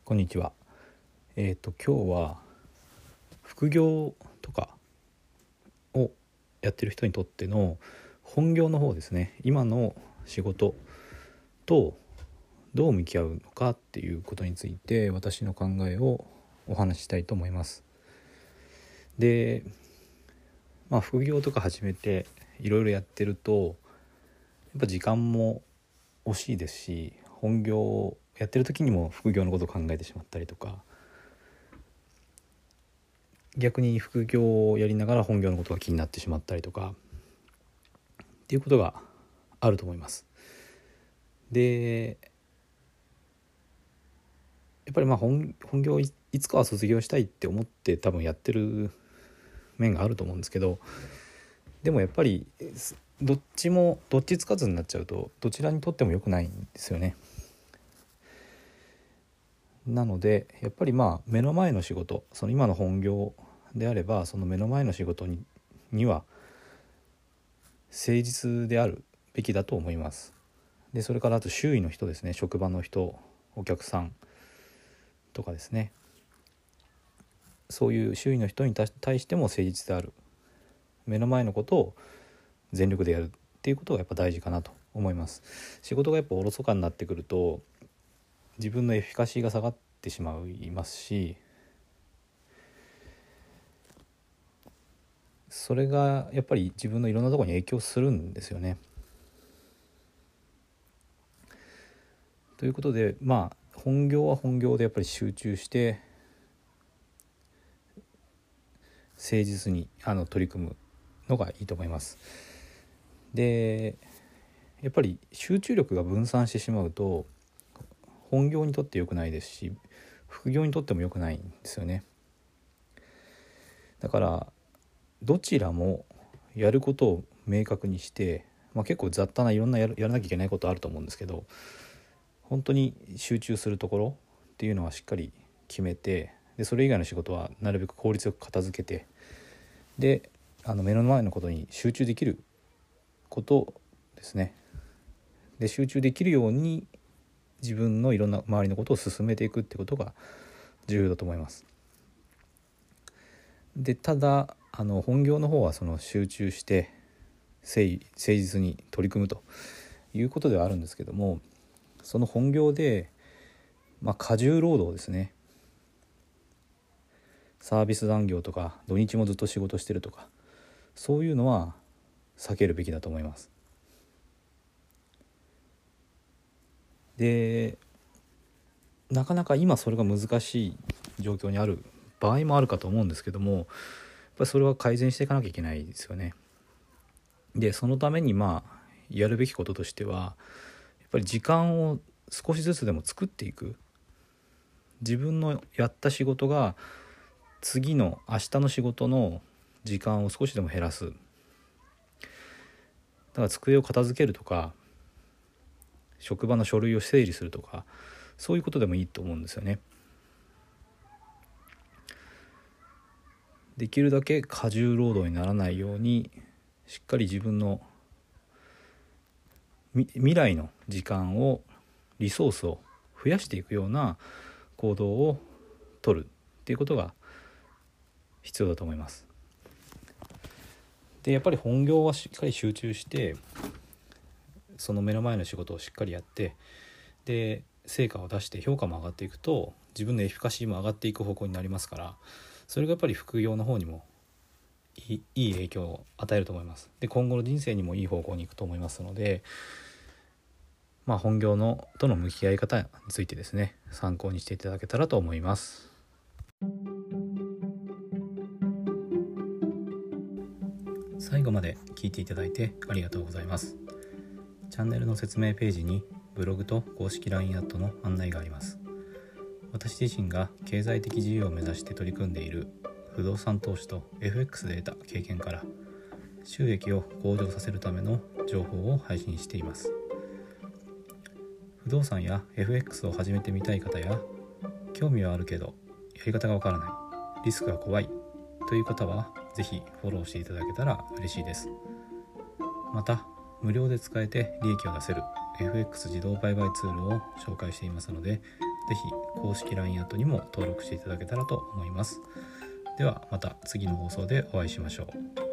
こんにちは。今日は副業とかをやってる人にとっての本業の方ですね。今の仕事とどう向き合うのかっていうことについて私の考えをお話ししたいと思います。で、副業とか始めていろいろやってるとやっぱ時間も惜しいですし、本業をやってる時にも副業のことを考えてしまったりとか、逆に副業をやりながら本業のことが気になってしまったりとかっていうことがあると思います。で、やっぱり本業をいつかは卒業したいって思って多分やってる面があると思うんですけど、でもやっぱりどっちつかずになっちゃうとどちらにとっても良くないんですよね。なのでやっぱり目の前の仕事、その今の本業であればその目の前の仕事には誠実であるべきだと思います。でそれからあと周囲の人ですね、職場の人、お客さんとかですね、そういう周囲の人に対しても誠実である、目の前のことを全力でやるっていうことがやっぱ大事かなと思います。仕事がやっぱおろそかになってくると自分のエフィカシーが下がってしまいますし、それがやっぱり自分のいろんなところに影響するんですよね。ということで本業は本業でやっぱり集中して誠実に取り組むのがいいと思います。でやっぱり集中力が分散してしまうと本業にとって良くないですし、副業にとっても良くないんですよね。だからどちらもやることを明確にして、結構雑多ないろんなやらなきゃいけないことあると思うんですけど、本当に集中するところっていうのはしっかり決めて、でそれ以外の仕事はなるべく効率よく片付けて、で目の前のことに集中できることですね。で集中できるように自分のいろんな周りのことを進めていくってことが重要だと思います。でただ本業の方はその集中して誠実に取り組むということではあるんですけども、その本業で、過重労働ですね、サービス残業とか土日もずっと仕事してるとか、そういうのは避けるべきだと思います。でなかなか今それが難しい状況にある場合もあるかと思うんですけども、やっぱりそれは改善していかなきゃいけないですよね。でそのためにやるべきこととしては、やっぱり時間を少しずつでも作っていく。自分のやった仕事が次の明日の仕事の時間を少しでも減らす。だから机を片付けるとか、職場の書類を整理するとか、そういうことでもいいと思うんですよね。できるだけ過重労働にならないようにしっかり自分の未来の時間を、リソースを増やしていくような行動を取るっていうことが必要だと思います。でやっぱり本業はしっかり集中してその目の前の仕事をしっかりやって、で成果を出して評価も上がっていくと自分のエフィカシーも上がっていく方向になりますから、それがやっぱり副業の方にもいい影響を与えると思います。で今後の人生にもいい方向に行くと思いますので、本業との向き合い方についてですね、参考にしていただけたらと思います。最後まで聞いていただいてありがとうございます。チャンネルの説明ページにブログと公式 LINE アットの案内があります。私自身が経済的自由を目指して取り組んでいる不動産投資と FX で得た経験から収益を向上させるための情報を配信しています。不動産や FX を始めてみたい方や、興味はあるけどやり方がわからない、リスクが怖いという方はぜひフォローしていただけたら嬉しいです。また無料で使えて利益を出せる FX 自動売買ツールを紹介していますので、 ぜひ公式 LINE アットにも登録していただけたらと思います。ではまた次の放送でお会いしましょう。